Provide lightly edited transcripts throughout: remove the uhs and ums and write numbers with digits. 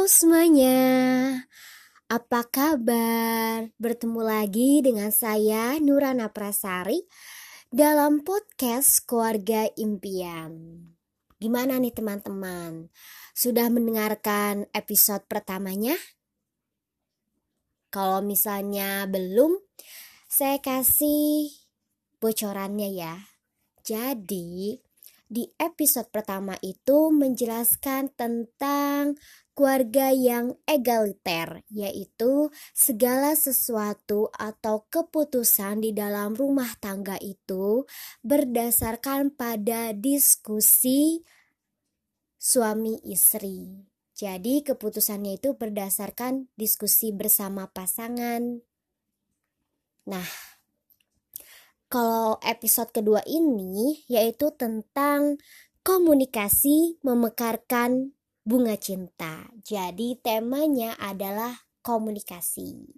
semuanya, apa kabar? Bertemu lagi dengan saya Nurana Prasari dalam podcast Keluarga Impian. Gimana nih teman-teman? Sudah mendengarkan episode pertamanya? Kalau misalnya belum, saya kasih bocorannya ya. Jadi, di episode pertama itu menjelaskan tentang keluarga yang egaliter, yaitu segala sesuatu atau keputusan di dalam rumah tangga itu berdasarkan pada diskusi suami istri. Jadi keputusannya itu berdasarkan diskusi bersama pasangan. Nah, kalau episode kedua ini yaitu tentang komunikasi memekarkan bunga cinta. Jadi temanya adalah komunikasi.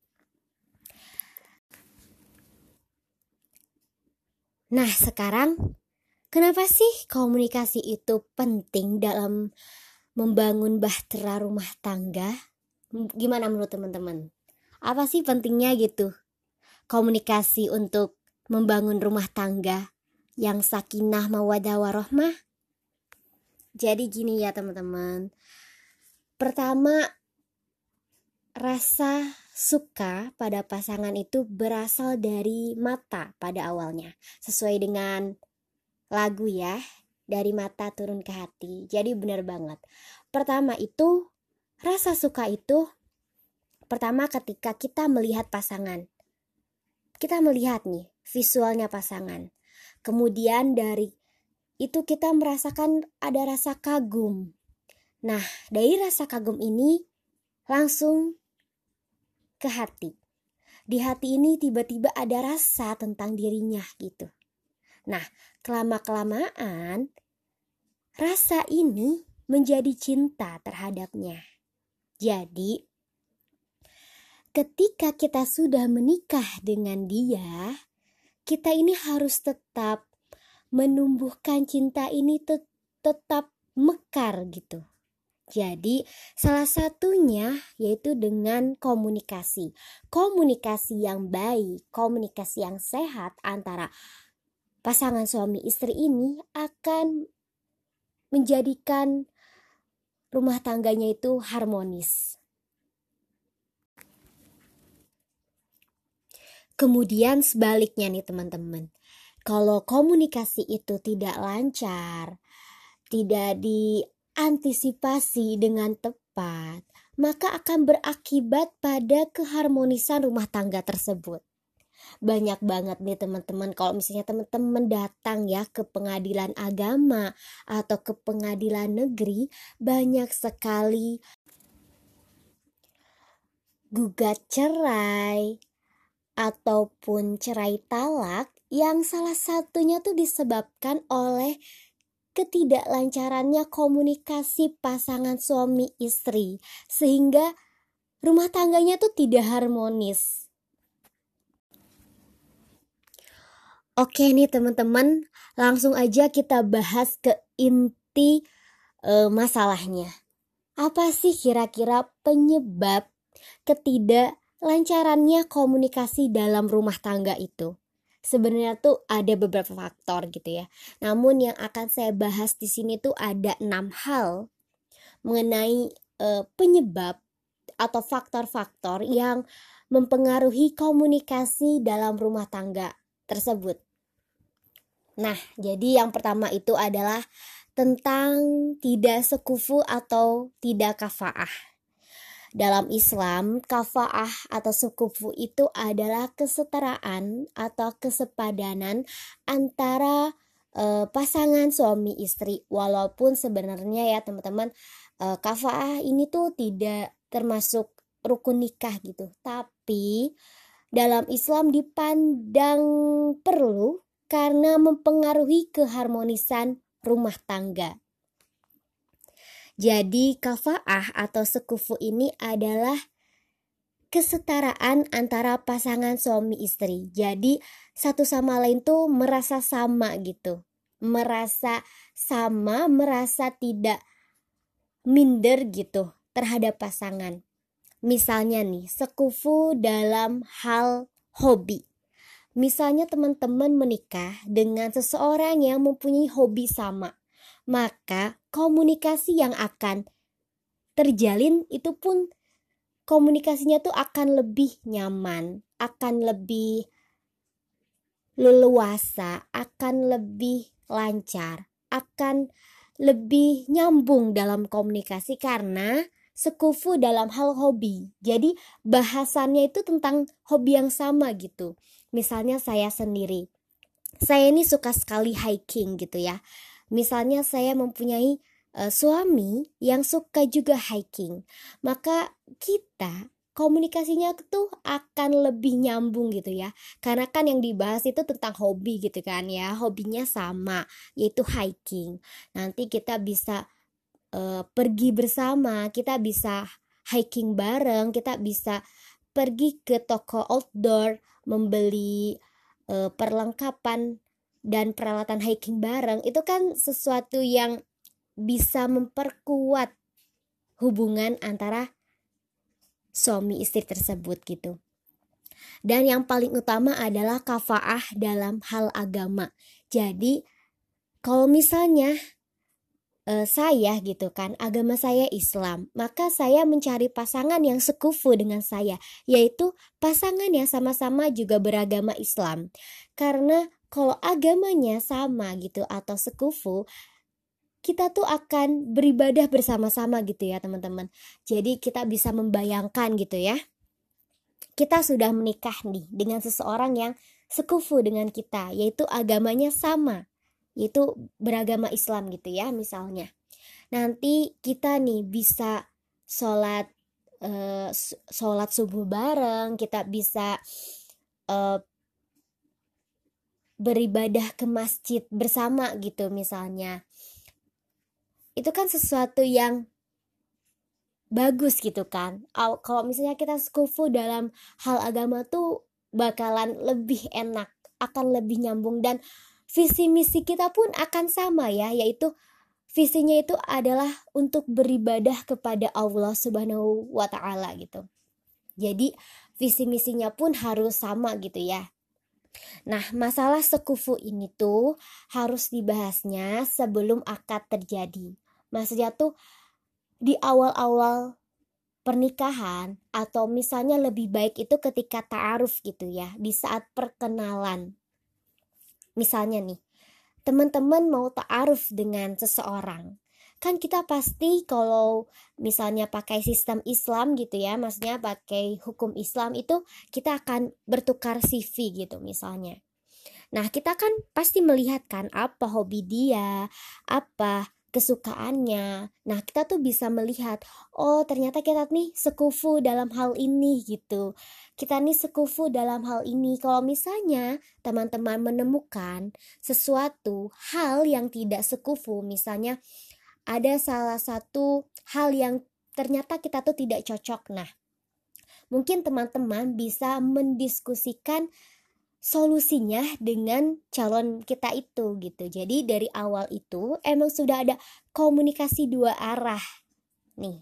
Nah, sekarang kenapa sih komunikasi itu penting dalam membangun bahtera rumah tangga? Gimana menurut teman-teman? Apa sih pentingnya gitu? Komunikasi untuk membangun rumah tangga yang sakinah mawaddah warahmah. Jadi gini ya teman-teman. Pertama, rasa suka pada pasangan itu berasal dari mata pada awalnya. Sesuai dengan lagu ya, dari mata turun ke hati. Jadi benar banget. Pertama itu, rasa suka itu pertama ketika kita melihat pasangan. Kita melihat nih visualnya pasangan. Kemudian dari itu kita merasakan ada rasa kagum. Nah, dari rasa kagum ini langsung ke hati. Di hati ini tiba-tiba ada rasa tentang dirinya gitu. Nah, kelama-kelamaan rasa ini menjadi cinta terhadapnya. Jadi, ketika kita sudah menikah dengan dia, kita ini harus tetap menumbuhkan cinta ini tetap mekar gitu. Jadi salah satunya yaitu dengan komunikasi. Komunikasi yang baik, komunikasi yang sehat antara pasangan suami istri ini akan menjadikan rumah tangganya itu harmonis. Kemudian sebaliknya nih teman-teman. Kalau komunikasi itu tidak lancar, tidak diantisipasi dengan tepat, maka akan berakibat pada keharmonisan rumah tangga tersebut. Banyak banget nih teman-teman, kalau misalnya teman-teman datang ya ke pengadilan agama atau ke pengadilan negeri, banyak sekali gugat cerai ataupun cerai talak yang salah satunya tuh disebabkan oleh ketidaklancarannya komunikasi pasangan suami istri, sehingga rumah tangganya tuh tidak harmonis. Oke nih teman-teman, langsung aja kita bahas ke inti masalahnya. Apa sih kira-kira penyebab ketidaklancarannya komunikasi dalam rumah tangga itu? Sebenarnya tuh ada beberapa faktor gitu ya. Namun yang akan saya bahas di sini tuh ada 6 hal mengenai penyebab atau faktor-faktor yang mempengaruhi komunikasi dalam rumah tangga tersebut. Nah, jadi yang pertama itu adalah tentang tidak sekufu atau tidak kafaah. Dalam Islam, kafaah atau sekufu itu adalah kesetaraan atau kesepadanan antara pasangan suami istri. Walaupun sebenarnya ya teman-teman, kafaah ini tuh tidak termasuk rukun nikah gitu. Tapi dalam Islam dipandang perlu karena mempengaruhi keharmonisan rumah tangga. Jadi kafaah atau sekufu ini adalah kesetaraan antara pasangan suami istri. Jadi satu sama lain tuh merasa sama gitu. Merasa sama, merasa tidak minder gitu terhadap pasangan. Misalnya nih, sekufu dalam hal hobi. Misalnya teman-teman menikah dengan seseorang yang mempunyai hobi sama, maka komunikasi yang akan terjalin itu pun komunikasinya tuh akan lebih nyaman, akan lebih leluasa, akan lebih lancar, akan lebih nyambung dalam komunikasi karena sekufu dalam hal hobi. Jadi bahasannya itu tentang hobi yang sama gitu. Misalnya saya sendiri, saya ini suka sekali hiking gitu ya. Misalnya saya mempunyai suami yang suka juga hiking, maka kita komunikasinya tuh akan lebih nyambung gitu ya. Karena kan yang dibahas itu tentang hobi gitu kan ya, hobinya sama, yaitu hiking. Nanti kita bisa pergi bersama, kita bisa hiking bareng, kita bisa pergi ke toko outdoor membeli perlengkapan dan peralatan hiking bareng. Itu kan sesuatu yang bisa memperkuat hubungan antara suami istri tersebut gitu. Dan yang paling utama adalah kafaah dalam hal agama. Jadi kalau misalnya saya gitu kan, agama saya Islam, maka saya mencari pasangan yang sekufu dengan saya, yaitu pasangan yang sama-sama juga beragama Islam. Karena kalau agamanya sama gitu atau sekufu, kita tuh akan beribadah bersama-sama gitu ya teman-teman. Jadi kita bisa membayangkan gitu ya, kita sudah menikah nih dengan seseorang yang sekufu dengan kita, yaitu agamanya sama, yaitu beragama Islam gitu ya misalnya. Nanti kita nih bisa sholat subuh bareng, kita bisa beribadah ke masjid bersama gitu misalnya. Itu kan sesuatu yang bagus gitu kan. Kalau misalnya kita sekufu dalam hal agama tuh bakalan lebih enak, akan lebih nyambung, dan visi misi kita pun akan sama ya, yaitu visinya itu adalah untuk beribadah kepada Allah Subhanahu wa Ta'ala gitu. Jadi visi misinya pun harus sama gitu ya. Nah, masalah sekufu ini tuh harus dibahasnya sebelum akad terjadi. Maksudnya tuh di awal-awal pernikahan, atau misalnya lebih baik itu ketika ta'aruf gitu ya, di saat perkenalan. Misalnya nih, teman-teman mau ta'aruf dengan seseorang, kan kita pasti kalau misalnya pakai sistem Islam gitu ya, maksudnya pakai hukum Islam itu kita akan bertukar CV gitu misalnya. Nah, kita kan pasti melihat kan apa hobi dia, apa kesukaannya. Nah, kita tuh bisa melihat, oh ternyata kita nih sekufu dalam hal ini gitu. Kita nih sekufu dalam hal ini. Kalau misalnya teman-teman menemukan sesuatu hal yang tidak sekufu, misalnya ada salah satu hal yang ternyata kita tuh tidak cocok. Nah, mungkin teman-teman bisa mendiskusikan solusinya dengan calon kita itu gitu. Jadi dari awal itu emang sudah ada komunikasi dua arah nih.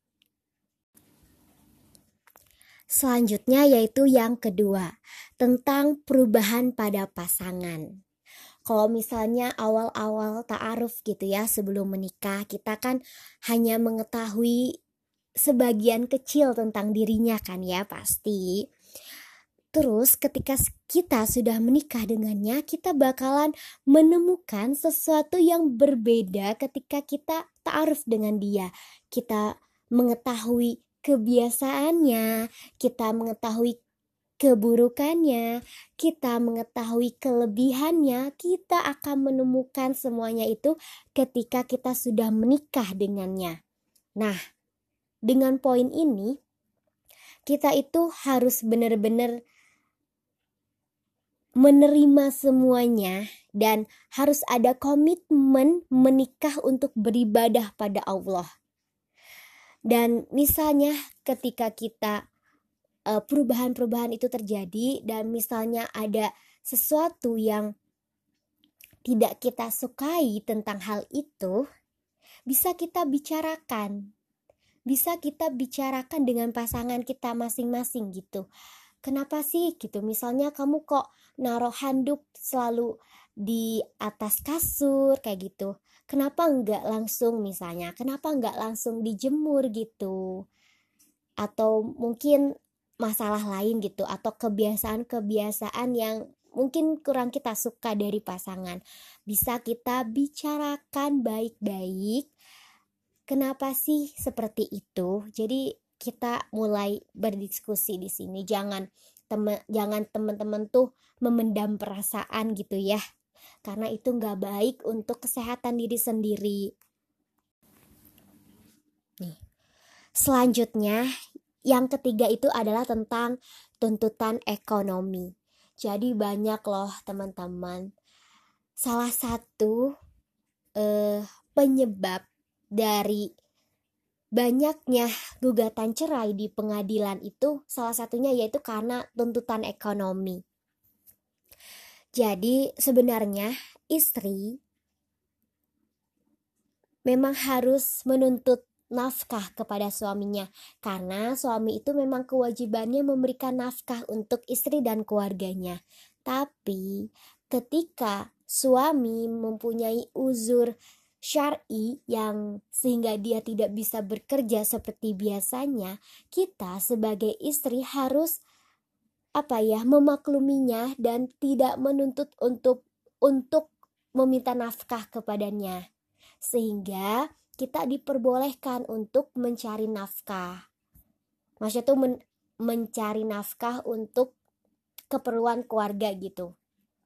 Selanjutnya yaitu yang kedua, tentang perubahan pada pasangan. Kalau misalnya awal-awal ta'aruf gitu ya, sebelum menikah, kita kan hanya mengetahui sebagian kecil tentang dirinya kan ya pasti. Terus ketika kita sudah menikah dengannya, kita bakalan menemukan sesuatu yang berbeda ketika kita ta'aruf dengan dia. Kita mengetahui kebiasaannya, kita mengetahui keburukannya, kita mengetahui kelebihannya. Kita akan menemukan semuanya itu ketika kita sudah menikah dengannya. Nah, dengan poin ini, kita itu harus benar-benar menerima semuanya dan harus ada komitmen menikah untuk beribadah pada Allah. Dan misalnya ketika kita perubahan-perubahan itu terjadi dan misalnya ada sesuatu yang tidak kita sukai tentang hal itu, bisa kita bicarakan bisa kita bicarakan dengan pasangan kita masing-masing gitu. Kenapa sih gitu, misalnya kamu kok naruh handuk selalu di atas kasur kayak gitu, kenapa enggak langsung, misalnya kenapa enggak langsung dijemur gitu, atau mungkin masalah lain gitu, atau kebiasaan-kebiasaan yang mungkin kurang kita suka dari pasangan, bisa kita bicarakan baik-baik. Kenapa sih seperti itu? Jadi kita mulai berdiskusi di sini. Jangan teman-teman tuh memendam perasaan gitu ya. Karena itu nggak baik untuk kesehatan diri sendiri. Nih, selanjutnya yang ketiga itu adalah tentang tuntutan ekonomi. Jadi banyak loh teman-teman. Salah satu penyebab dari banyaknya gugatan cerai di pengadilan itu salah satunya yaitu karena tuntutan ekonomi. Jadi sebenarnya istri memang harus menuntut nafkah kepada suaminya, karena suami itu memang kewajibannya memberikan nafkah untuk istri dan keluarganya. Tapi ketika suami mempunyai uzur syar'i yang sehingga dia tidak bisa bekerja seperti biasanya, kita sebagai istri harus memakluminya dan tidak menuntut untuk meminta nafkah kepadanya, sehingga kita diperbolehkan untuk mencari nafkah. Maksudnya tuh mencari nafkah untuk keperluan keluarga gitu.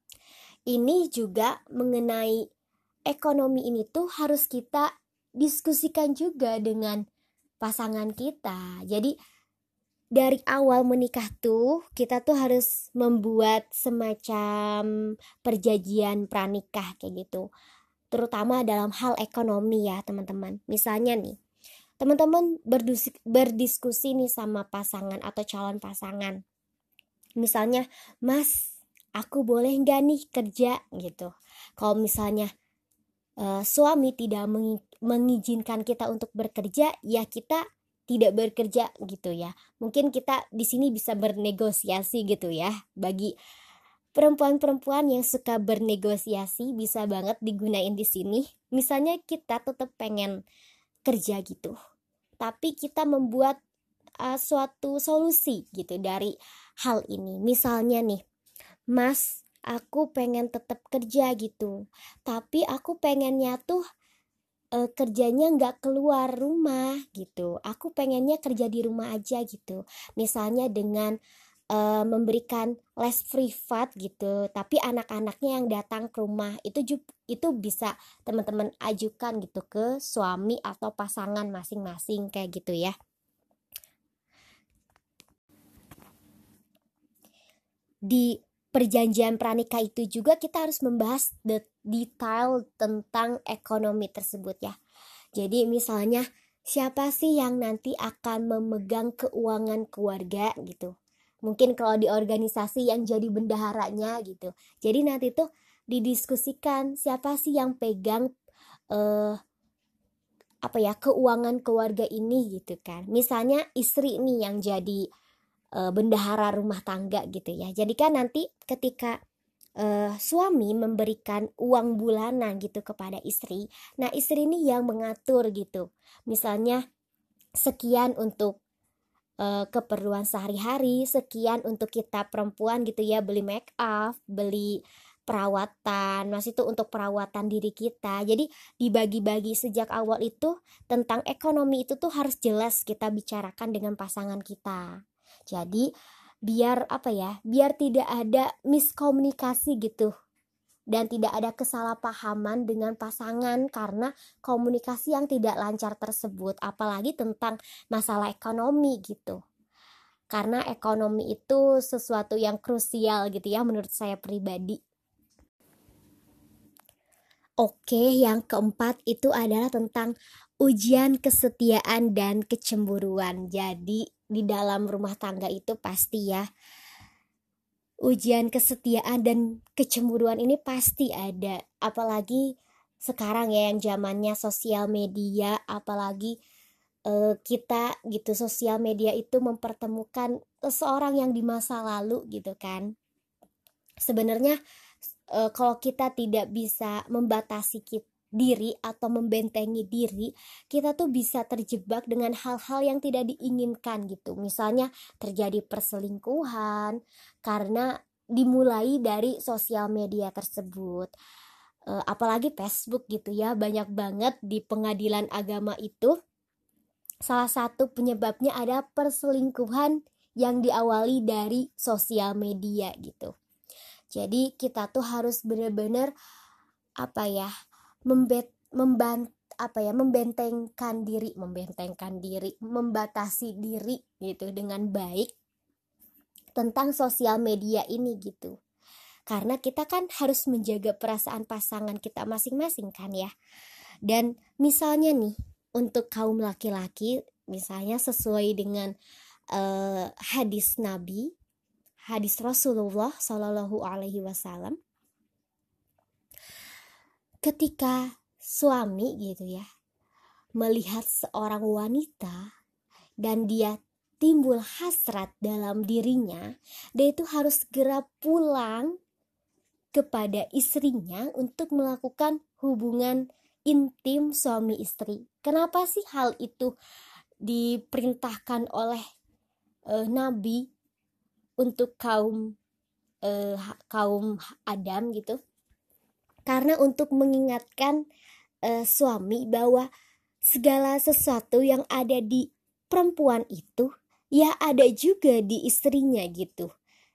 Ini juga mengenai ekonomi ini tuh harus kita diskusikan juga dengan pasangan kita. Jadi dari awal menikah tuh kita tuh harus membuat semacam perjanjian pranikah kayak gitu, terutama dalam hal ekonomi ya teman-teman. Misalnya nih, teman-teman berdiskusi nih sama pasangan atau calon pasangan. Misalnya, Mas, aku boleh nggak nih kerja gitu. Kalau misalnya suami tidak mengizinkan kita untuk bekerja, ya kita tidak bekerja gitu ya. Mungkin kita di sini bisa bernegosiasi gitu ya. Bagi perempuan-perempuan yang suka bernegosiasi bisa banget digunain di sini. Misalnya kita tetap pengen kerja gitu, tapi kita membuat suatu solusi gitu dari hal ini. Misalnya nih, Mas, aku pengen tetap kerja gitu, tapi aku pengennya tuh kerjanya nggak keluar rumah gitu. Aku pengennya kerja di rumah aja gitu. Misalnya dengan memberikan les privat gitu, tapi anak-anaknya yang datang ke rumah itu bisa teman-teman ajukan gitu ke suami atau pasangan masing-masing kayak gitu ya. Di perjanjian pranikah itu juga kita harus membahas detail tentang ekonomi tersebut ya. Jadi misalnya siapa sih yang nanti akan memegang keuangan keluarga gitu. Mungkin kalau di organisasi yang jadi bendaharanya gitu. Jadi nanti tuh didiskusikan siapa sih yang pegang keuangan keluarga ini gitu kan. Misalnya istri nih yang jadi bendahara rumah tangga gitu ya. Jadi kan nanti ketika suami memberikan uang bulanan gitu kepada istri, nah istri ini yang mengatur gitu. Misalnya sekian untuk keperluan sehari-hari, sekian untuk kita perempuan gitu ya, beli make up, beli perawatan, masih itu untuk perawatan diri kita. Jadi dibagi-bagi sejak awal itu tentang ekonomi itu tuh harus jelas kita bicarakan dengan pasangan kita. Jadi biar biar tidak ada miskomunikasi gitu dan tidak ada kesalahpahaman dengan pasangan karena komunikasi yang tidak lancar tersebut, apalagi tentang masalah ekonomi gitu. Karena ekonomi itu sesuatu yang krusial gitu ya menurut saya pribadi. Oke, yang keempat itu adalah tentang ujian kesetiaan dan kecemburuan. Jadi di dalam rumah tangga itu pasti ya ujian kesetiaan dan kecemburuan ini pasti ada. Apalagi sekarang ya yang zamannya sosial media, apalagi kita gitu, sosial media itu mempertemukan seseorang yang di masa lalu gitu kan. Sebenarnya kalau kita tidak bisa membatasi diri atau membentengi diri, kita tuh bisa terjebak dengan hal-hal yang tidak diinginkan gitu. Misalnya terjadi perselingkuhan karena dimulai dari sosial media tersebut. Apalagi Facebook gitu ya, banyak banget di pengadilan agama itu. Salah satu penyebabnya ada perselingkuhan yang diawali dari sosial media gitu. Jadi kita tuh harus benar-benar membentengkan diri, membatasi diri gitu dengan baik tentang sosial media ini gitu. Karena kita kan harus menjaga perasaan pasangan kita masing-masing kan ya. Dan misalnya nih, untuk kaum laki-laki, misalnya sesuai dengan hadis Nabi, hadis Rasulullah Shallallahu Alaihi Wasallam, ketika suami gitu ya melihat seorang wanita dan dia timbul hasrat dalam dirinya, dia itu harus segera pulang kepada istrinya untuk melakukan hubungan intim suami istri. Kenapa sih hal itu diperintahkan oleh Nabi untuk kaum Adam gitu? Karena untuk mengingatkan suami bahwa segala sesuatu yang ada di perempuan itu ya ada juga di istrinya gitu.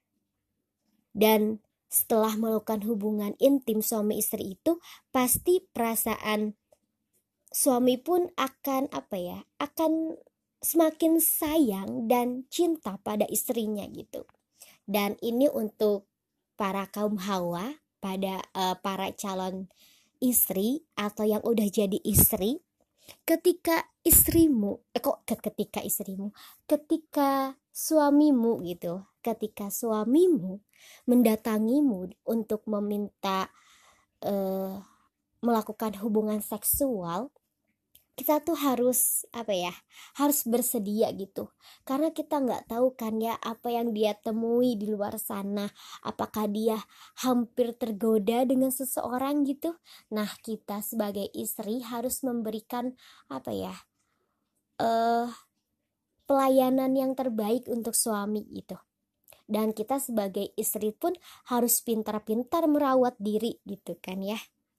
Dan setelah melakukan hubungan intim suami istri itu, pasti perasaan suami pun akan akan semakin sayang dan cinta pada istrinya gitu. Dan ini untuk para kaum hawa, pada para calon istri atau yang udah jadi istri, ketika suamimu mendatangimu untuk meminta melakukan hubungan seksual, kita tuh harus bersedia gitu, karena kita nggak tahu kan ya apa yang dia temui di luar sana, apakah dia hampir tergoda dengan seseorang gitu. Nah, kita sebagai istri harus memberikan pelayanan yang terbaik untuk suami gitu. Dan kita sebagai istri pun harus pintar-pintar merawat diri gitu kan ya.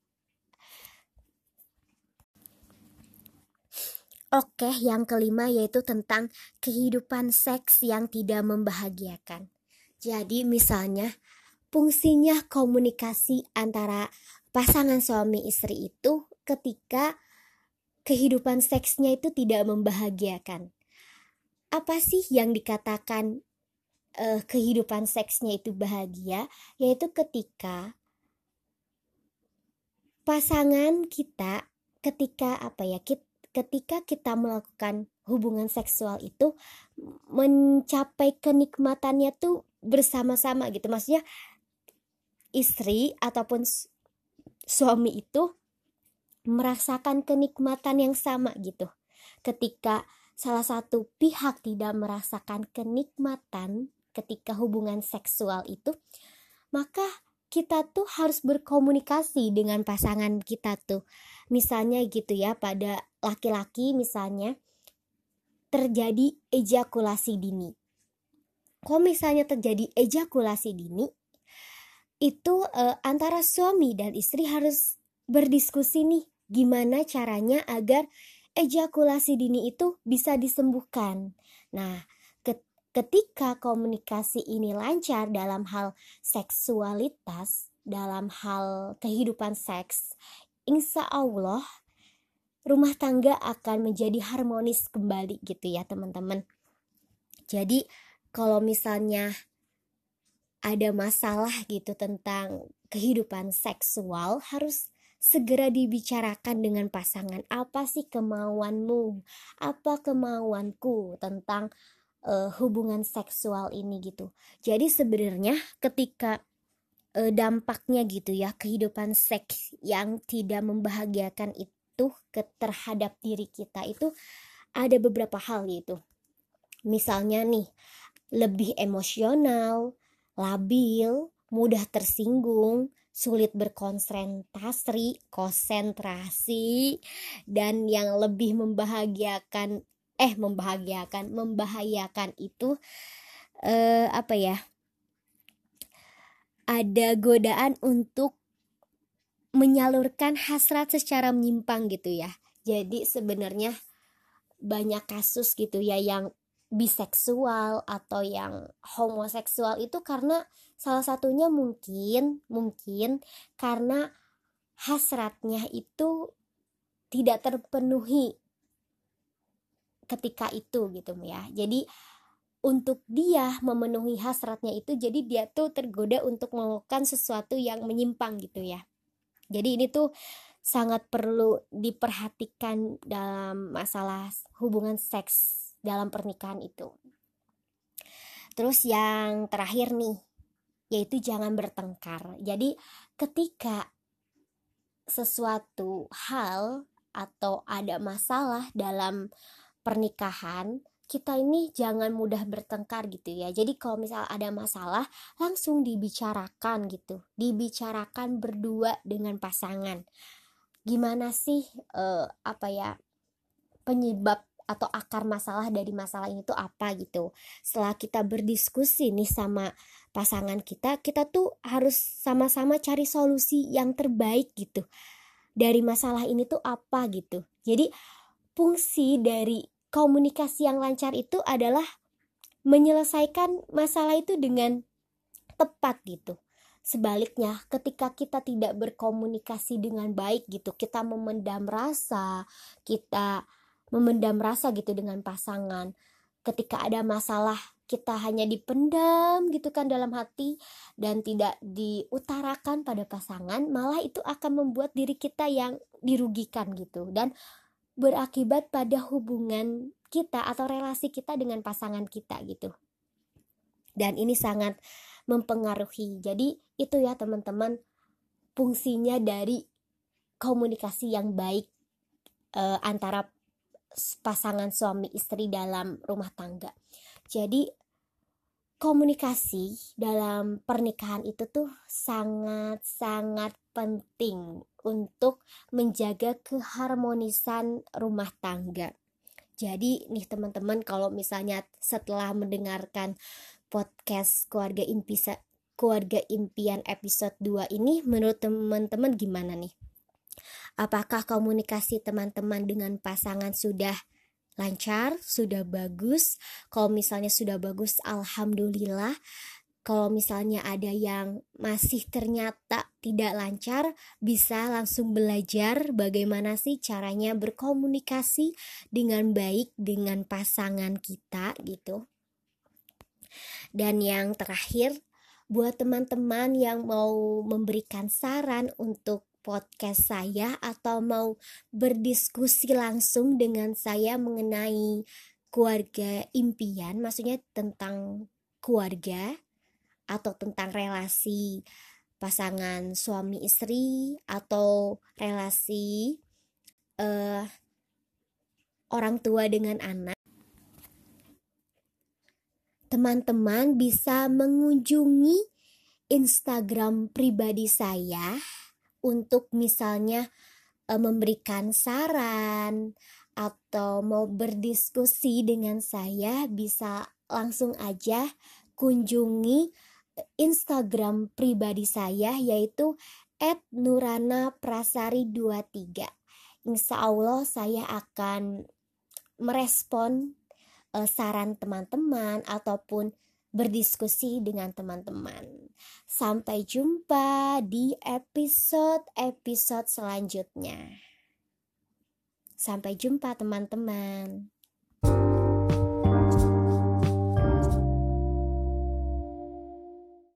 Oke, yang kelima yaitu tentang kehidupan seks yang tidak membahagiakan. Jadi misalnya fungsinya komunikasi antara pasangan suami istri itu ketika kehidupan seksnya itu tidak membahagiakan. Apa sih yang dikatakan kehidupan seksnya itu bahagia? Yaitu ketika pasangan kita ketika kita melakukan hubungan seksual itu mencapai kenikmatannya tuh bersama-sama gitu. Maksudnya istri ataupun suami itu merasakan kenikmatan yang sama gitu. Ketika salah satu pihak tidak merasakan kenikmatan ketika hubungan seksual itu, maka kita tuh harus berkomunikasi dengan pasangan kita tuh. Misalnya gitu ya, pada laki-laki misalnya terjadi ejakulasi dini. Kalau misalnya terjadi ejakulasi dini, itu antara suami dan istri harus berdiskusi nih, gimana caranya agar ejakulasi dini itu bisa disembuhkan. Nah, ketika komunikasi ini lancar dalam hal seksualitas, dalam hal kehidupan seks, insya Allah rumah tangga akan menjadi harmonis kembali gitu ya teman-teman. Jadi kalau misalnya ada masalah gitu tentang kehidupan seksual, harus segera dibicarakan dengan pasangan. Apa sih kemauanmu? Apa kemauanku tentang hubungan seksual ini gitu. Jadi sebenarnya ketika dampaknya gitu ya, kehidupan seks yang tidak membahagiakan itu terhadap diri kita itu ada beberapa hal yaitu misalnya nih lebih emosional, labil, mudah tersinggung, sulit konsentrasi, dan yang lebih membahayakan itu ada godaan untuk menyalurkan hasrat secara menyimpang gitu ya. Jadi sebenarnya banyak kasus gitu ya yang biseksual atau yang homoseksual itu karena salah satunya mungkin karena hasratnya itu tidak terpenuhi ketika itu gitu ya. Jadi untuk dia memenuhi hasratnya itu, jadi dia tuh tergoda untuk melakukan sesuatu yang menyimpang gitu ya. Jadi ini tuh sangat perlu diperhatikan dalam masalah hubungan seks dalam pernikahan itu. Terus yang terakhir nih, yaitu jangan bertengkar. Jadi ketika sesuatu hal atau ada masalah dalam pernikahan, kita ini jangan mudah bertengkar gitu ya. Jadi kalau misal ada masalah, langsung dibicarakan gitu. Dibicarakan berdua dengan pasangan. Gimana sih penyebab atau akar masalah dari masalah ini tuh apa gitu. Setelah kita berdiskusi nih sama pasangan kita tuh harus sama-sama cari solusi yang terbaik gitu. Dari masalah ini tuh apa gitu. Jadi fungsi dari komunikasi yang lancar itu adalah menyelesaikan masalah itu dengan tepat gitu. Sebaliknya, ketika kita tidak berkomunikasi dengan baik gitu, kita memendam rasa gitu dengan pasangan. Ketika ada masalah, kita hanya dipendam gitu kan dalam hati dan tidak diutarakan pada pasangan, malah itu akan membuat diri kita yang dirugikan gitu dan berakibat pada hubungan kita atau relasi kita dengan pasangan kita gitu. Dan ini sangat mempengaruhi. Jadi itu ya teman-teman, fungsinya dari komunikasi yang baik antara pasangan suami istri dalam rumah tangga. Jadi komunikasi dalam pernikahan itu tuh sangat-sangat penting untuk menjaga keharmonisan rumah tangga. Jadi nih teman-teman, kalau misalnya setelah mendengarkan podcast Keluarga Impian episode 2 ini, menurut teman-teman gimana nih? Apakah komunikasi teman-teman dengan pasangan sudah lancar, sudah bagus? Kalau misalnya sudah bagus, alhamdulillah. Kalau misalnya ada yang masih ternyata tidak lancar, bisa langsung belajar bagaimana sih caranya berkomunikasi dengan baik dengan pasangan kita gitu. Dan yang terakhir, buat teman-teman yang mau memberikan saran untuk podcast saya atau mau berdiskusi langsung dengan saya mengenai keluarga impian, maksudnya tentang keluarga atau tentang relasi pasangan suami istri atau relasi orang tua dengan anak, teman-teman bisa mengunjungi Instagram pribadi saya untuk misalnya memberikan saran atau mau berdiskusi dengan saya. Bisa langsung aja kunjungi Instagram pribadi saya, yaitu @nuranaprasari23. Insya Allah saya akan merespon saran teman-teman ataupun berdiskusi dengan teman-teman. Sampai jumpa di episode selanjutnya. Sampai jumpa teman-teman.